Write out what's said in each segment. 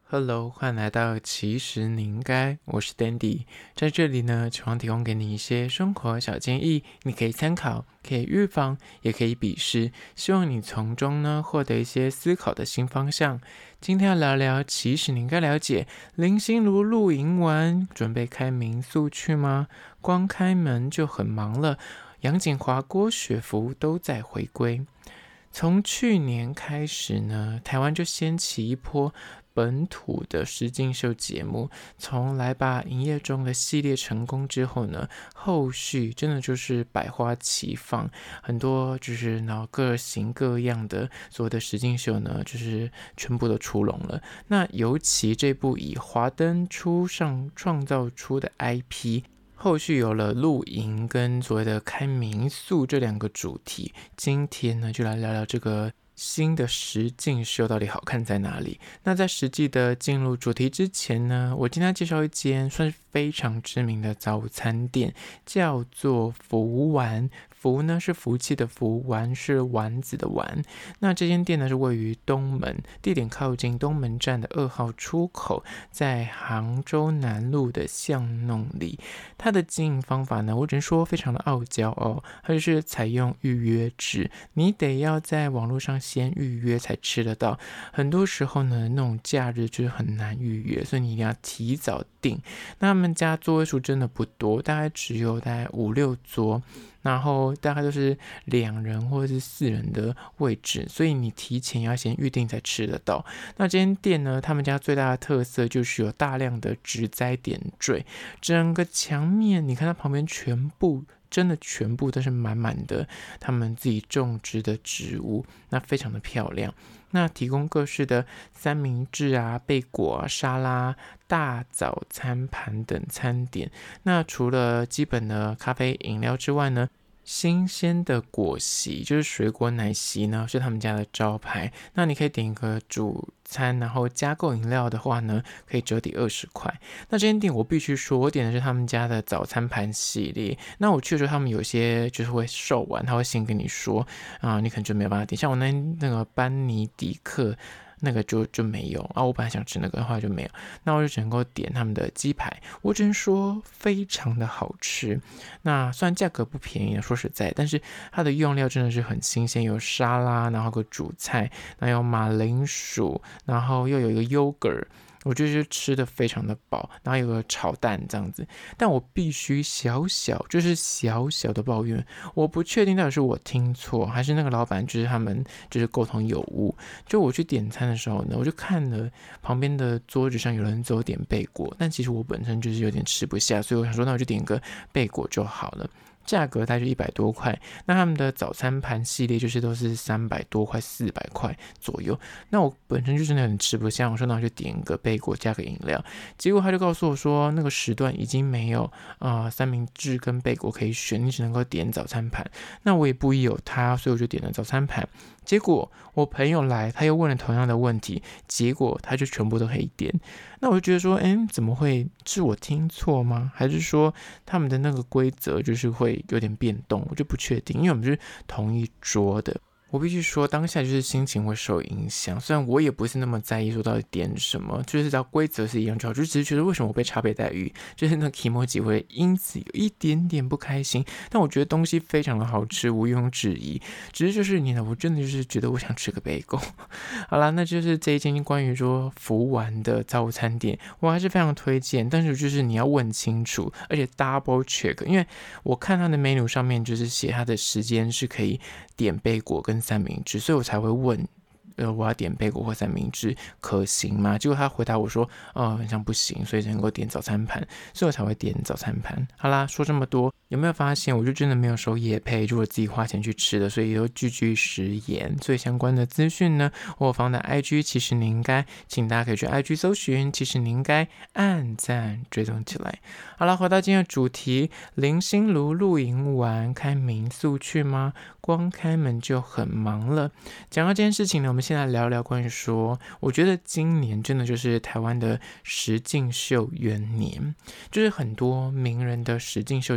Hello，欢迎来到其实你应该，我是 Dandy，在这里呢，希望提供给你一些生活小建议，你可以参考，可以预防，也可以比视，希望你从中呢获得一些思考的新方向。今天要聊聊，其实你应该了解，林心如露营完，准备开民宿去吗？光开门就很忙了，杨锦华、郭雪芙都在回归。从去年开始呢，台湾就掀起一波本土的实境秀节目，从来吧营业中的系列成功之后呢，后续真的就是百花齐放，很多就是各型各样的所有的实境秀呢，就是全部都出笼了。那尤其这部以华灯初上创造出的 IP。后续有了露营跟所谓的开民宿这两个主题，今天呢就来聊聊这个新的实境秀到底好看在哪里。那在实际的进入主题之前呢，我今天要介绍一间算是非常知名的早餐店，叫做福丸。福呢是福气的福，丸是丸子的丸。那这间店呢是位于东门，地点靠近东门站的2号出口，在杭州南路的巷弄里。它的经营方法呢，我只能说非常的傲娇哦，它就是采用预约制，你得要在网络上先预约才吃得到。很多时候呢，那种假日就是很难预约，所以你一定要提早订。那他们家座位数真的不多，大概只有大概5-6桌。然后大概都是2人或者是4人的位置，所以你提前要先预定才吃得到。那这间店呢，他们家最大的特色就是有大量的植栽点缀，整个墙面你看它旁边真的全部都是满满的他们自己种植的植物，那非常的漂亮。那提供各式的三明治啊、贝果啊、沙拉、大早餐盘等餐点。那除了基本的咖啡饮料之外呢，新鲜的果昔就是水果奶昔呢，是他们家的招牌。那你可以点一个主餐，然后加购饮料的话呢，可以折抵20块。那这间店我必须说，我点的是他们家的早餐盘系列。那我去的时候，他们有些就是会售完，他会先跟你说你可能就没有办法点。像我那个班尼迪克。那个就没有啊，我本来想吃那个的话就没有，那我就只能够点他们的鸡排，我只能说非常的好吃。那虽然价格不便宜，说实在，但是它的用料真的是很新鲜，有沙拉，然后有个主菜，然后有马铃薯，然后又有一个 yogurt。我就是吃的非常的饱，然后有个炒蛋这样子，但我必须小小的抱怨，我不确定到底是我听错，还是那个老板就是他们就是沟通有误。就我去点餐的时候呢，我就看了旁边的桌子上有人只有点贝果，但其实我本身就是有点吃不下，所以我想说那我就点个贝果就好了。价格大概就100多块，那他们的早餐盘系列就是都是300多块、400块左右。那我本身就真的很吃不下，我说那我就点个贝果加个饮料。结果他就告诉我说，那个时段已经没有三明治跟贝果可以选，你只能够点早餐盘。那我也不疑有他，所以我就点了早餐盘。结果我朋友来，他又问了同样的问题，结果他就全部都可以点。那我就觉得说，怎么会是我听错吗？还是说他们的那个规则就是会有点变动？我就不确定，因为我们是同一桌的。我必须说，当下就是心情会受影响。虽然我也不是那么在意说到底点什么，就是只要规则是一样就好，就只是觉得为什么我被差别待遇，就是那个 kimoji 会因此有一点点不开心。但我觉得东西非常的好吃，毋庸置疑。只是就是我真的就是觉得我想吃个贝果。好啦，那就是这一间关于说福丸的早餐店，我还是非常推荐。但是就是你要问清楚，而且 double check， 因为我看它的 menu 上面就是写它的时间是可以点贝果跟三明治，所以我才会问我要点贝果或三明治可行吗？结果他回答我说好像不行，所以只能够点早餐盘，所以我才会点早餐盘。好啦，说这么多，有没有发现我就真的没有收业配，就我自己花钱去吃的，所以都句句实言。所以相关的资讯呢，我有放在 IG， 其实你应该，请大家可以去 IG 搜寻，其实你应该按赞追踪起来。好啦，回到今天的主题，林心如露营完开民宿去吗？光开门就很忙了。讲到这件事情呢，我们先来聊聊关于说，我觉得今年真的就是台湾的实境秀元年，就是很多名人的实境秀节目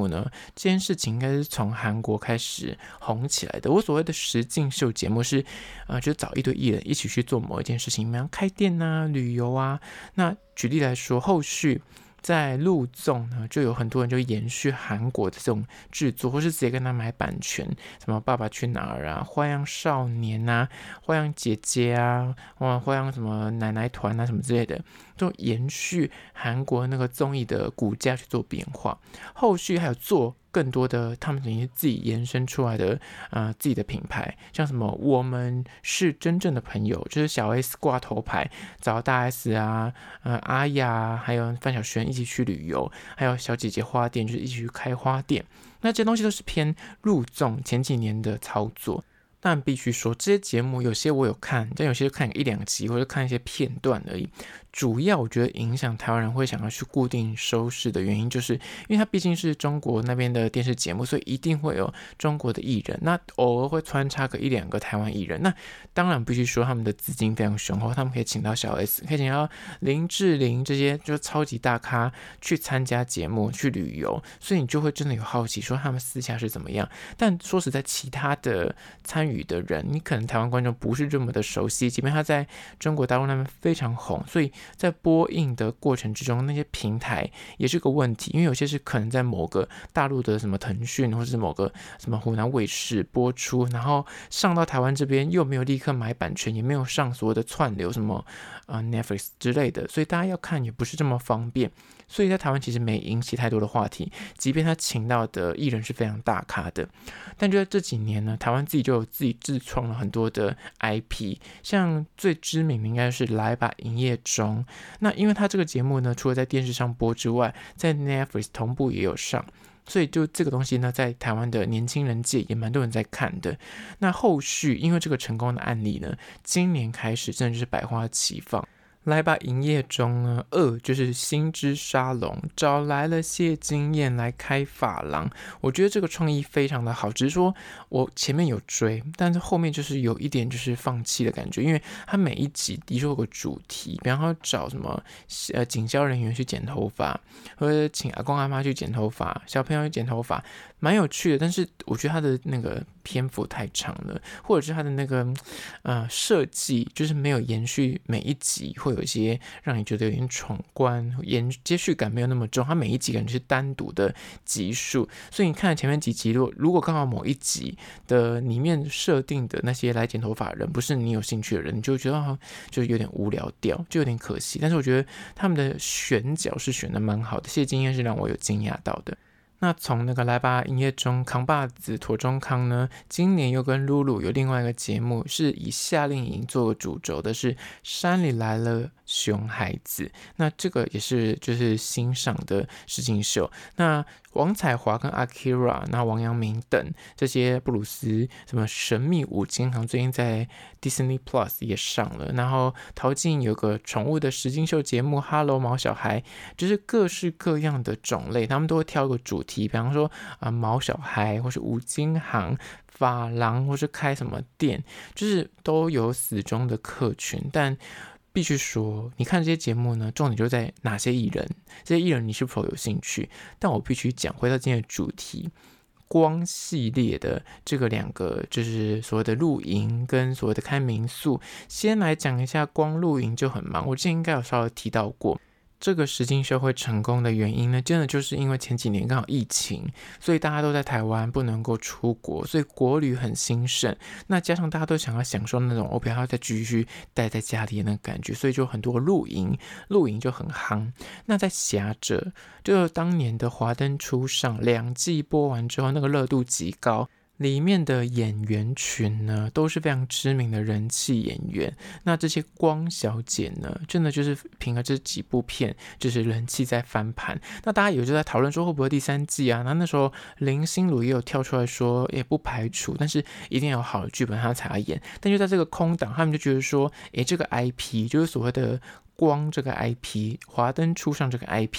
目呢，这件事情应该是从韩国开始红起来的。我所谓的实境秀节目是，就找一堆艺人一起去做某一件事情，比如开店啊、旅游啊。那举例来说，后续在陆综呢，就有很多人就延续韩国的这种制作，或是直接跟他买版权，什么《爸爸去哪儿》啊、《花样少年》啊、《花样姐姐》啊、花样什么奶奶团啊什么之类的，就延续韩国那个综艺的骨架去做变化。后续还有做更多的他们等于自己延伸出来的自己的品牌，像什么我们是真正的朋友，就是小 S 挂头牌找大 S 啊、阿雅还有范晓萱一起去旅游，还有小姐姐花店就是一起去开花店。那这些东西都是偏入众前几年的操作。但必须说，这些节目有些我有看，但有些就看一两集或者看一些片段而已。主要我觉得影响台湾人会想要去固定收视的原因，就是因为它毕竟是中国那边的电视节目，所以一定会有中国的艺人，那偶尔会穿插个一两个台湾艺人。那当然必须说他们的资金非常雄厚，他们可以请到小 S， 可以请到林志玲这些就是超级大咖去参加节目去旅游，所以你就会真的有好奇说他们私下是怎么样。但说实在，其他的参与的人，你可能台湾观众不是这么的熟悉，即便他在中国大陆那边非常红，所以在播映的过程之中，那些平台也是个问题，因为有些是可能在某个大陆的什么腾讯或是某个什么湖南卫视播出，然后上到台湾这边又没有立刻买版权，也没有上所有的串流什么Netflix 之类的，所以大家要看也不是这么方便。所以在台湾其实没引起太多的话题，即便他请到的艺人是非常大咖的。但就在这几年呢，台湾自己就有自己自创了很多的 IP， 像最知名的应该是来吧营业中。那因为他这个节目呢，除了在电视上播之外，在 Netflix 同步也有上，所以就这个东西呢，在台湾的年轻人界也蛮多人在看的。那后续因为这个成功的案例呢，今年开始真的就是百花齐放。来吧营业中呢，2就是新之沙龙，找来了谢金燕来开发廊。我觉得这个创意非常的好，只是说我前面有追，但是后面就是有一点就是放弃的感觉，因为它每一集的确有个主题，比方说找什么警消人员去剪头发，或者请阿公阿妈去剪头发，小朋友去剪头发，蛮有趣的。但是我觉得它的那个篇幅太长了，或者是它的那个设计就是没有延续每一集，会有一些让你觉得有点闯关，接续感没有那么重。它每一集感觉是单独的集数，所以你看前面几集，如果刚好某一集的里面设定的那些来剪头发的人不是你有兴趣的人，你就觉得就有点无聊掉，就有点可惜。但是我觉得他们的选角是选的蛮好的，谢金燕是让我有惊讶到的。那从那个来吧营业中，扛把子妥中康呢，今年又跟露露有另外一个节目，是以夏令营做主轴的，是山里来了熊孩子。那这个也是就是新上的实境秀。那王彩华跟 Akira， 那王阳明等这些布鲁斯什么神秘五金行，最近在 Disney Plus 也上了。然后陶晶有个宠物的实境秀节目 Hello 毛小孩，就是各式各样的种类，他们都会挑一个主题，比方说毛小孩，或是五金行、发廊，或是开什么店，就是都有死忠的客群。但必须说，你看这些节目呢，重点就在哪些艺人，这些艺人你是否有兴趣？但我必须讲回到今天的主题，光系列的这个两个就是所谓的露营跟所谓的开民宿。先来讲一下光露营就很忙，我之前应该有稍微提到过。这个实境秀会成功的原因呢，真的就是因为前几年刚好疫情，所以大家都在台湾不能够出国，所以国旅很兴盛。那加上大家都想要享受那种不要再继续待在家里的那个感觉，所以就很多露营就很夯。那在侠者，就当年的华灯初上2季播完之后，那个热度极高。里面的演员群呢，都是非常知名的人气演员。那这些光小姐呢，真的就是凭着这几部片，就是人气在翻盘。那大家也就在讨论说会不会第3季啊？那时候林心如也有跳出来说，也不排除，但是一定要有好的剧本他才要演。但就在这个空档，他们就觉得说，这个 IP 就是所谓的光这个 IP， 华灯初上这个 IP。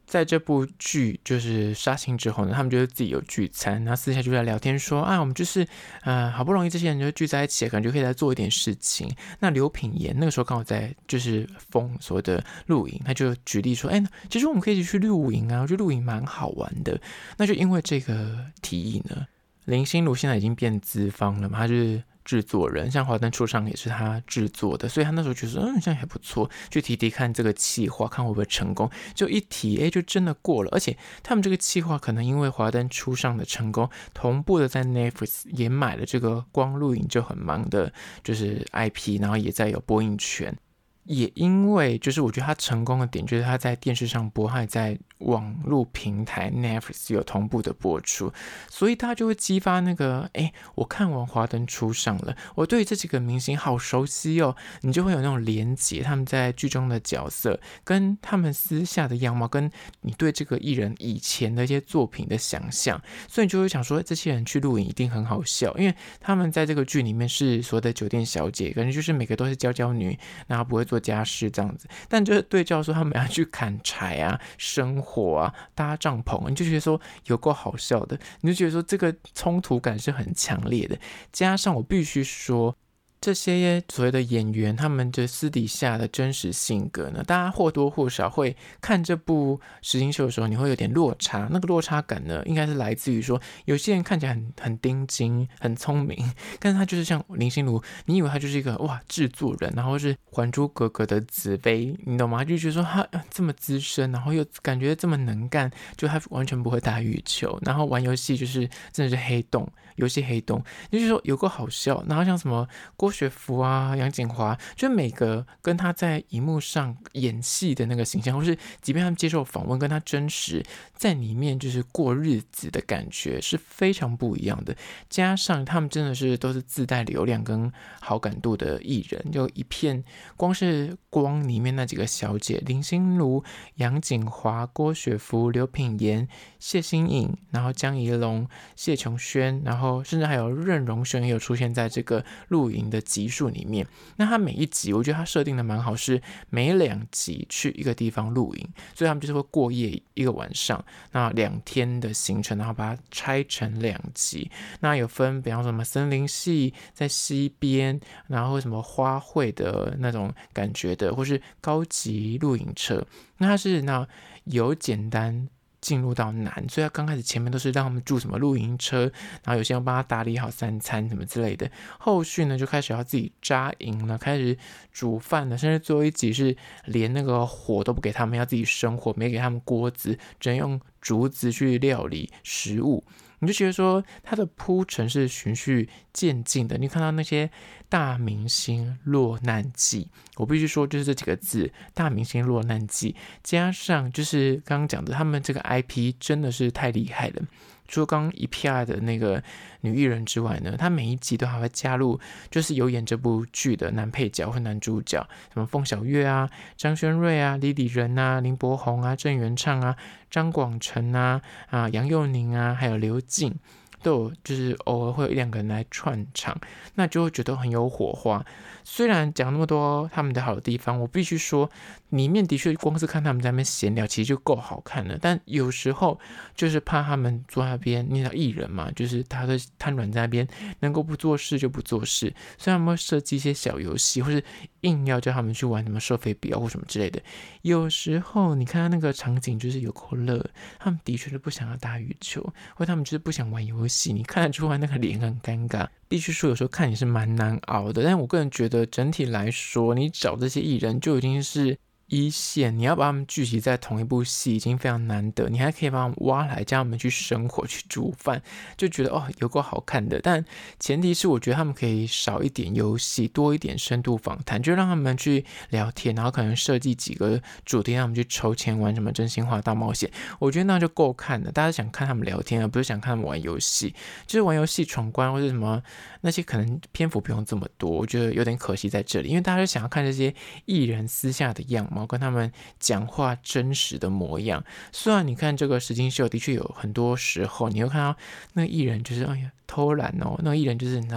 在这部剧就是杀青之后呢，他们就是自己有聚餐，然后私下就在聊天说啊，我们就是好不容易这些人就聚在一起，感觉可以来做一点事情。那刘品言那个时候刚好在就是封所谓的露营，他就举例说，其实我们可以一起去露营啊，我觉得露营蛮好玩的。那就因为这个提议呢，林心如现在已经变资方了嘛，他就是制作人，像《华灯初上》也是他制作的，所以他那时候觉得这样还不错，去提看这个企划，看会不会成功。就一提，就真的过了。而且他们这个企划可能因为《华灯初上》的成功，同步的在 Netflix 也买了这个光录影就很忙的，就是 IP， 然后也在有播映权。也因为就是我觉得他成功的点就是他在电视上播，还在网络平台 Netflix 有同步的播出，所以他就会激发那个我看完华灯初上了，我对这几个明星好熟悉哦，你就会有那种连结，他们在剧中的角色跟他们私下的样貌，跟你对这个艺人以前的一些作品的想象，所以你就会想说这些人去录影一定很好笑，因为他们在这个剧里面是所谓的酒店小姐，感觉就是每个都是娇娇女，然后不会做家事这样子，但就是对照说他们要去砍柴啊、生火啊、搭帐篷，你就觉得说有够好笑的，你就觉得说这个冲突感是很强烈的，加上我必须说，这些所谓的演员，他们的私底下的真实性格呢，大家或多或少会看这部实境秀的时候，你会有点落差。那个落差感呢，应该是来自于说，有些人看起来很钉精、很聪明，但是他就是像林心如，你以为他就是一个制作人，然后是《还珠格格》的紫薇，你懂吗？就觉得说他这么资深，然后又感觉这么能干，就他完全不会打羽球，然后玩游戏就是真的是黑洞。游戏黑洞，就是说有个好笑，然后像什么郭学福啊、杨谨华，就每个跟他在荧幕上演戏的那个形象，或是即便他们接受访问，跟他真实在里面就是过日子的感觉是非常不一样的。加上他们真的是都是自带流量跟好感度的艺人，就一片光是光里面那几个小姐，林心如、杨谨华、郭学福、刘品言、谢欣颖，然后江宜龙、谢琼轩，然后甚至还有任容萱也有出现在这个露营的集数里面。那他每一集我觉得他设定的蛮好，是每2集去一个地方露营，所以他们就是会过夜一个晚上，那2天的行程，然后把它拆成2集。那有分比方说什么森林系在西边，然后什么花卉的那种感觉的，或是高级露营车。那它是由简单进入到难，所以他刚开始前面都是让他们住什么露营车，然后有些人帮他打理好3餐什么之类的，后续呢就开始要自己扎营了，开始煮饭了，甚至最后一集是连那个火都不给他们，要自己生火，没给他们锅子，只能用竹子去料理食物。你就觉得说它的铺陈是循序渐进的，你看到那些大明星落难记，我必须说就是这几个字，大明星落难记，加上就是刚刚讲的他们这个 IP 真的是太厉害了。除了刚刚一片的那个女艺人之外呢，她每一集都还会加入就是有演这部剧的男配角或男主角，什么凤小岳啊、张轩瑞啊、李李仁啊、林柏宏啊、郑元畅啊、张广成啊、杨佑宁啊，还有刘静，都有就是偶尔会有1-2个人来串场，那就会觉得很有火花。虽然讲那么多他们的好的地方，我必须说里面的确光是看他们在那边闲聊其实就够好看了，但有时候就是怕他们坐在那边，你知道艺人嘛，就是他会瘫软在那边，能够不做事就不做事，所以他们会设计一些小游戏，或是硬要叫他们去玩什么射飞镖或什么之类的。有时候你看他那个场景就是有够热，他们的确是不想要打羽球，或他们就是不想玩游戏，你看得出来那个脸很尴尬。必须说有时候看也是蛮难熬的，但我个人觉得整体来说，你找这些艺人就已经是一线，你要把他们聚集在同一部戏已经非常难得，你还可以把他们挖来叫他们去生火去煮饭，就觉得有够好看的。但前提是我觉得他们可以少一点游戏，多一点深度访谈，就让他们去聊天，然后可能设计几个主题让他们去抽签玩什么真心话大冒险，我觉得那就够看了。大家想看他们聊天，而不是想看他们玩游戏，就是玩游戏闯关或者什么那些可能篇幅不用这么多，我觉得有点可惜在这里，因为大家就想要看这些艺人私下的样貌，跟他们讲话真实的模样。虽然你看这个实境秀的确有很多时候你会看到那个艺人就是偷懒那个艺人就是你知道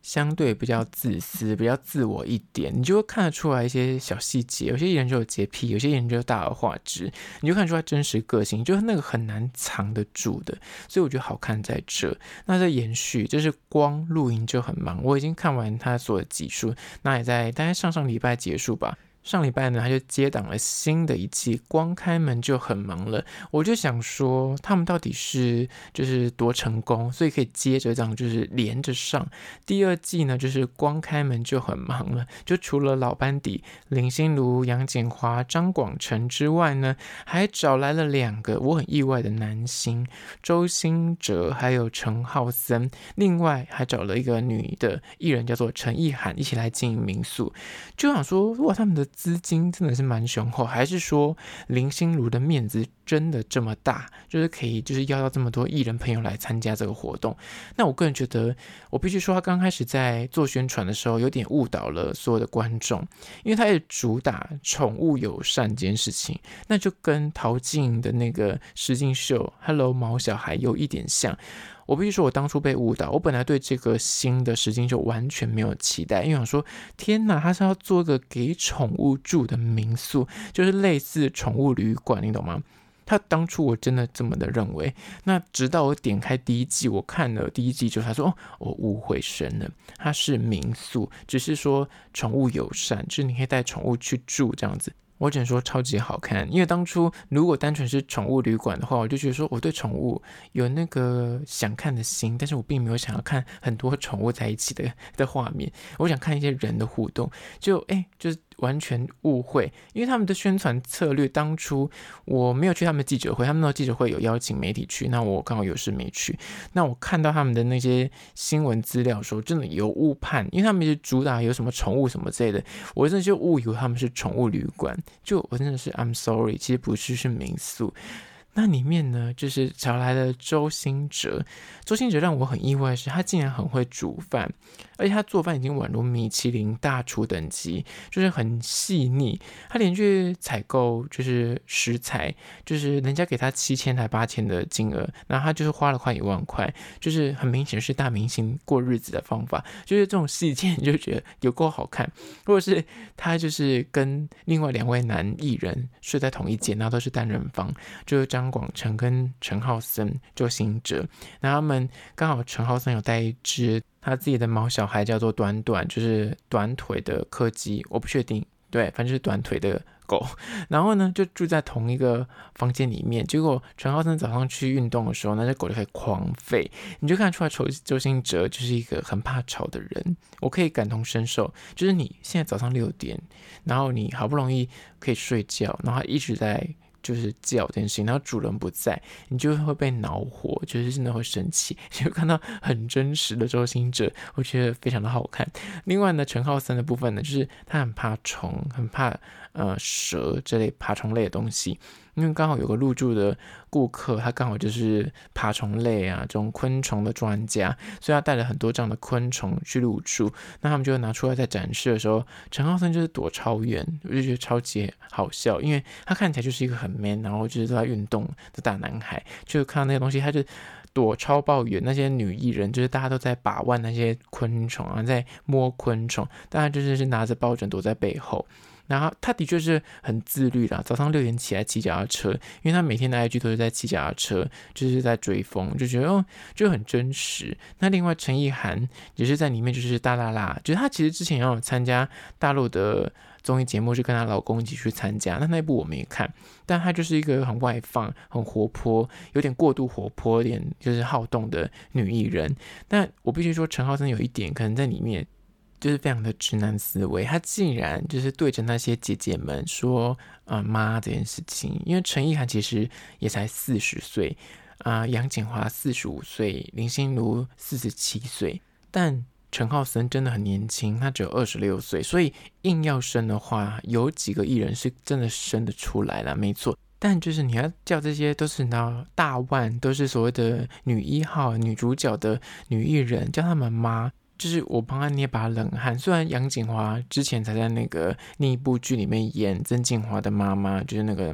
相对比较自私，比较自我一点，你就会看得出来一些小细节。有些艺人就有洁癖，有些艺人就大而化之，你就看出他真实个性，就是那个很难藏得住的。所以我觉得好看在这。那在延续，就是光录影就很忙，我已经看完他所有的集数，那也在大概上礼拜结束吧。上礼拜呢，他就接档了新的一季，光开门就很忙了。我就想说，他们到底是就是多成功，所以可以接着这样就是连着上。第二季呢，就是光开门就很忙了，就除了老班底林心如、杨谨华、张广成之外呢，还找来了2个我很意外的男星，周兴哲还有陈浩森，另外还找了一个女的艺人叫做陈意涵一起来经营民宿。就想说，哇，他们的资金真的是蛮雄厚，还是说林心如的面子真的这么大，就是可以就是邀到这么多艺人朋友来参加这个活动？那我个人觉得，我必须说，他刚开始在做宣传的时候，有点误导了所有的观众，因为他也主打宠物友善这件事情，那就跟陶晶的那个实境秀 Hello 毛小孩有一点像。我必须说，我当初被误导，我本来对这个新的实境秀完全没有期待，因为我想说，天哪，他是要做个给宠物住的民宿，就是类似宠物旅馆，你懂吗？他当初我真的这么的认为，那直到我点开第一季，我看了第一季之后，他说：“哦，我误会深了，它是民宿，只是说宠物友善，就是你可以带宠物去住这样子。”我只能说超级好看，因为当初如果单纯是宠物旅馆的话，我就觉得说我对宠物有那个想看的心，但是我并没有想要看很多宠物在一起的画面，我想看一些人的互动，就是完全误会，因为他们的宣传策略，当初我没有去他们的记者会，他们的记者会有邀请媒体去，那我刚好有事没去，那我看到他们的那些新闻资料的时候，真的有误判，因为他们是主打有什么宠物什么之类的，我真的就误以为他们是宠物旅馆，就我真的是 I'm sorry， 其实不是，是民宿。那里面呢，就是找来了周兴哲。周兴哲让我很意外的是，他竟然很会煮饭，而且他做饭已经宛如米其林大厨等级，就是很细腻。他连去采购就是食材，就是人家给他7000还8000的金额，然后他就是花了快1万块，就是很明显是大明星过日子的方法。就是这种细节，你就觉得有够好看。或者是他就是跟另外2位男艺人睡在同一间，然后都是单人房，就是张广成跟陈浩森、周兴哲，然后他们刚好陈浩森有带一只他自己的毛小孩，叫做短短，就是短腿的柯基，我不确定，对，反正就是短腿的狗，然后呢就住在同一个房间里面。结果陈浩森早上去运动的时候，那只狗就可以狂吠，你就看出来周兴哲就是一个很怕吵的人。我可以感同身受，就是你现在早上6点，然后你好不容易可以睡觉，然后他一直在就是叫这件事情，然后主人不在，你就会被恼火，就是真的会生气。就看到很真实的周兴哲，我觉得非常的好看。另外呢，陈浩森的部分呢，就是他很怕虫，很怕蛇这类爬虫类的东西。因为刚好有个入住的顾客，他刚好就是爬虫类啊这种昆虫的专家，所以他带了很多这样的昆虫去入住。那他们就会拿出来在展示的时候，陈浩森就是躲超远，我就觉得超级好笑，因为他看起来就是一个很 man， 然后就是都在运动的大男孩，就看到那些东西，他就躲超爆远。那些女艺人就是大家都在把玩那些昆虫啊，在摸昆虫，大家就是拿着抱枕躲在背后。然后他的确是很自律啦，早上6点起来骑脚踏车，因为他每天的 IG 都是在骑脚踏车，就是在追风，就觉得就很真实。那另外陈意涵也是在里面就是大辣辣，就是他其实之前也有参加大陆的综艺节目，是跟她老公一起去参加，那部我没看，但她就是一个很外放、很活泼，有点过度活泼，有点就是好动的女艺人。但我必须说，陈浩森有一点可能在里面就是非常的直男思维，他竟然就是对着那些姐姐们说妈这件事情。因为陈意涵其实也才40岁杨谨华45岁，林心如47岁，但陈浩森真的很年轻，他只有26岁，所以硬要生的话，有几个艺人是真的生得出来了，没错。但就是你要叫这些都是大腕，都是所谓的女1号、女主角的女艺人，叫他们妈，就是我帮他捏把冷汗。虽然杨谨华之前才在那个另一部剧里面演曾静华的妈妈，就是那个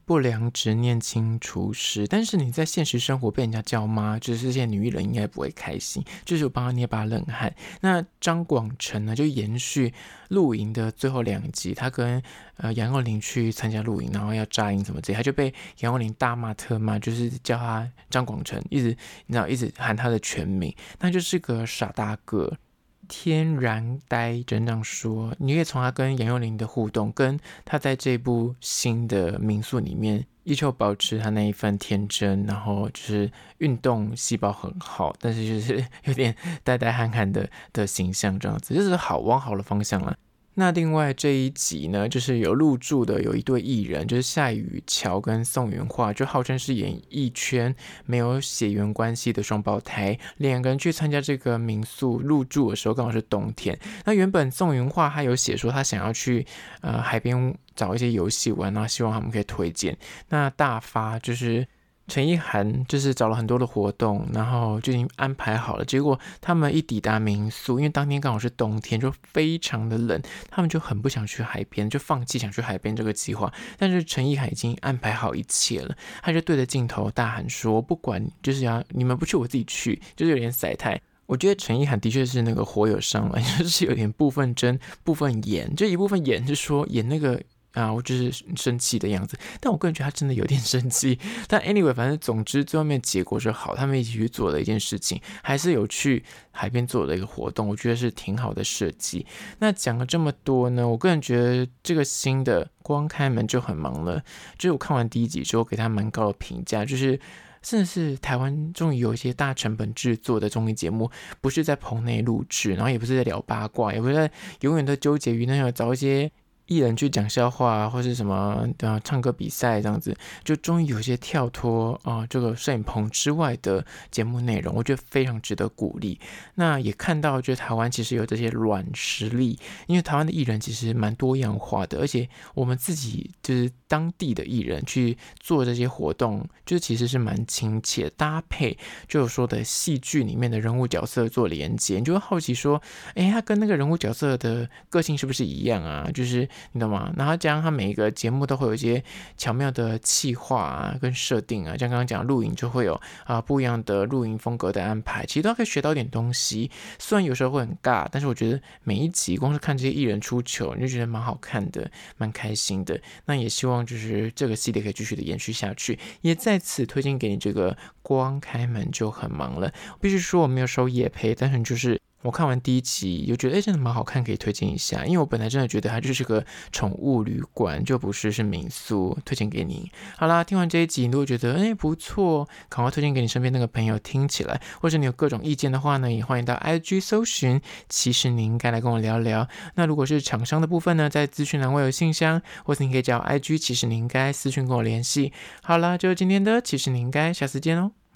不良执念清除师，但是你在现实生活被人家叫妈，就是这些女艺人应该不会开心，就是我帮他捏把冷汗。那张广成呢，就延续露营的最后2集，他跟杨佑宁去参加露营，然后要炸营什么之类，他就被杨佑宁大骂特骂，就是叫他张广成，一直喊他的全名，那就是个傻大个。天然呆整长说，你可以从他跟杨佑宁的互动，跟他在这部新的民宿里面依旧保持他那一份天真，然后就是运动细胞很好，但是就是有点呆呆憨憨的形象，这样子就是往好的方向啦。那另外这一集呢，就是有入驻的有一对艺人，就是夏雨乔跟宋云桦，就号称是演艺圈没有血缘关系的双胞胎，2个人去参加这个民宿入住的时候刚好是冬天。那原本宋云桦他有写说他想要去海边找一些游戏玩，然后希望他们可以推荐。那大发就是陈意涵就是找了很多的活动，然后就已经安排好了。结果他们一抵达民宿，因为当天刚好是冬天，就非常的冷，他们就很不想去海边，就放弃想去海边这个计划。但是陈意涵已经安排好一切了，他就对着镜头大喊说：“不管就是你们不去，我自己去。”就是有点甩态。我觉得陈意涵的确是那个火有上来，就是有点部分真部分演，就一部分演是说演那个。我就是生气的样子，但我个人觉得他真的有点生气。但 anyway， 反正总之最后面结果就好，他们一起去做了一件事情，还是有去海边做的一个活动，我觉得是挺好的设计。那讲了这么多呢，我个人觉得这个新的光开门就很忙了，就是我看完第1集之后给他蛮高的评价，就是甚至是台湾终于有一些大成本制作的综艺节目，不是在棚内录制，然后也不是在聊八卦，也不是在永远都纠结于那个找一些艺人去讲笑话或是什么唱歌比赛这样子，就终于有一些跳脱这个摄影棚之外的节目内容，我觉得非常值得鼓励。那也看到就台湾其实有这些软实力，因为台湾的艺人其实蛮多样化的，而且我们自己就是当地的艺人去做这些活动，就其实是蛮亲切，搭配就有说的戏剧里面的人物角色做连接，你就会好奇说他跟那个人物角色的个性是不是一样啊，就是你懂吗？然后加上他每一个节目都会有一些巧妙的企划跟设定啊，像刚刚讲录影就会有不一样的录影风格的安排，其实都可以学到一点东西。虽然有时候会很尬，但是我觉得每一集光是看这些艺人出糗，你就觉得蛮好看的，蛮开心的。那也希望就是这个系列可以继续的延续下去，也在此推荐给你这个光开门就很忙了。必须说我没有收业配，但是就是我看完第1集就觉得真的蛮好看，可以推荐一下。因为我本来真的觉得它就是个宠物旅馆，就不是民宿，推荐给你。好啦，听完这一集你如果觉得不错，赶快推荐给你身边那个朋友听起来，或者你有各种意见的话呢，也欢迎到 IG 搜寻其实你应该来跟我聊聊。那如果是厂商的部分呢，在资讯栏会有信箱，或是你可以叫 IG 其实你应该私讯跟我联系。好啦，就是今天的其实你应该，下次见哦。